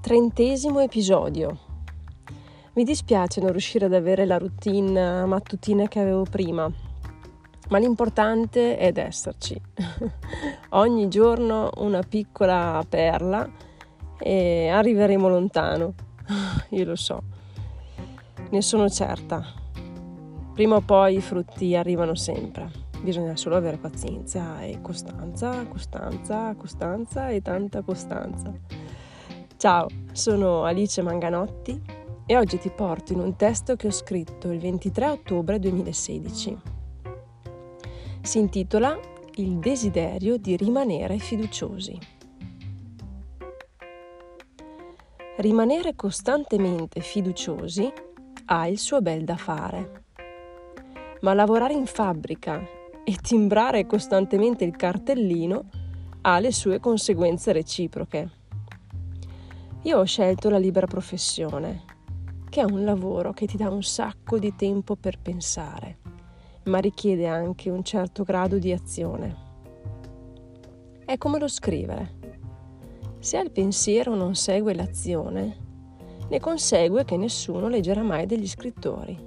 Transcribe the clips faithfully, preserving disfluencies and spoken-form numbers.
Trentesimo episodio. Mi dispiace non riuscire ad avere la routine mattutina che avevo prima, ma l'importante è esserci. Ogni giorno una piccola perla e arriveremo lontano. Io lo so, ne sono certa. Prima o poi i frutti arrivano sempre. Bisogna solo avere pazienza e costanza, costanza, costanza e tanta costanza. Ciao, sono Alice Manganotti e oggi ti porto in un testo che ho scritto il ventitré ottobre duemilasedici. Si intitola Il desiderio di rimanere fiduciosi. Rimanere costantemente fiduciosi ha il suo bel da fare, ma lavorare in fabbrica e timbrare costantemente il cartellino ha le sue conseguenze reciproche. Io ho scelto la libera professione, che è un lavoro che ti dà un sacco di tempo per pensare, ma richiede anche un certo grado di azione. È come lo scrivere. Se al pensiero non segue l'azione, ne consegue che nessuno leggerà mai degli scrittori.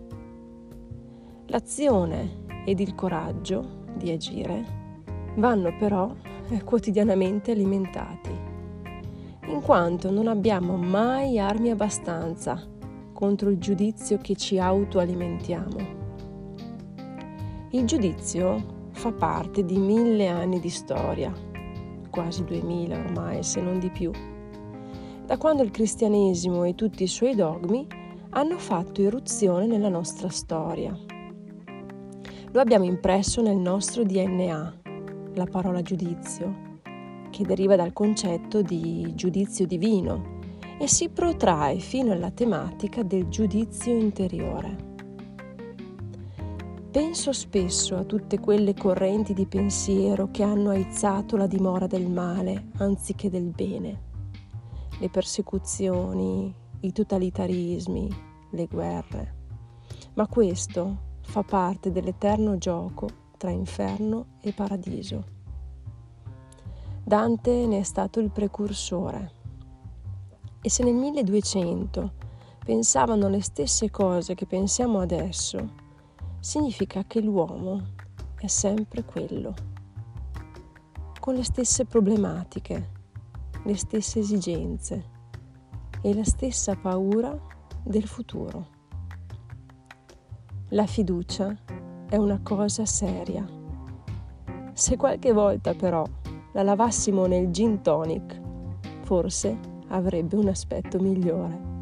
L'azione ed il coraggio di agire vanno però quotidianamente alimentati, in quanto non abbiamo mai armi abbastanza contro il giudizio che ci autoalimentiamo. Il giudizio fa parte di mille anni di storia, quasi duemila ormai, se non di più, da quando il cristianesimo e tutti i suoi dogmi hanno fatto irruzione nella nostra storia. Lo abbiamo impresso nel nostro D N A, la parola giudizio, che deriva dal concetto di giudizio divino e si protrae fino alla tematica del giudizio interiore. Penso spesso a tutte quelle correnti di pensiero che hanno aizzato la dimora del male anziché del bene, le persecuzioni, i totalitarismi, le guerre. Ma questo fa parte dell'eterno gioco tra inferno e paradiso. Dante ne è stato il precursore e se nel milleduecento pensavano le stesse cose che pensiamo adesso, significa che l'uomo è sempre quello, con le stesse problematiche, le stesse esigenze e la stessa paura del futuro. La fiducia è una cosa seria. Se qualche volta però la lavassimo nel gin tonic, forse avrebbe un aspetto migliore.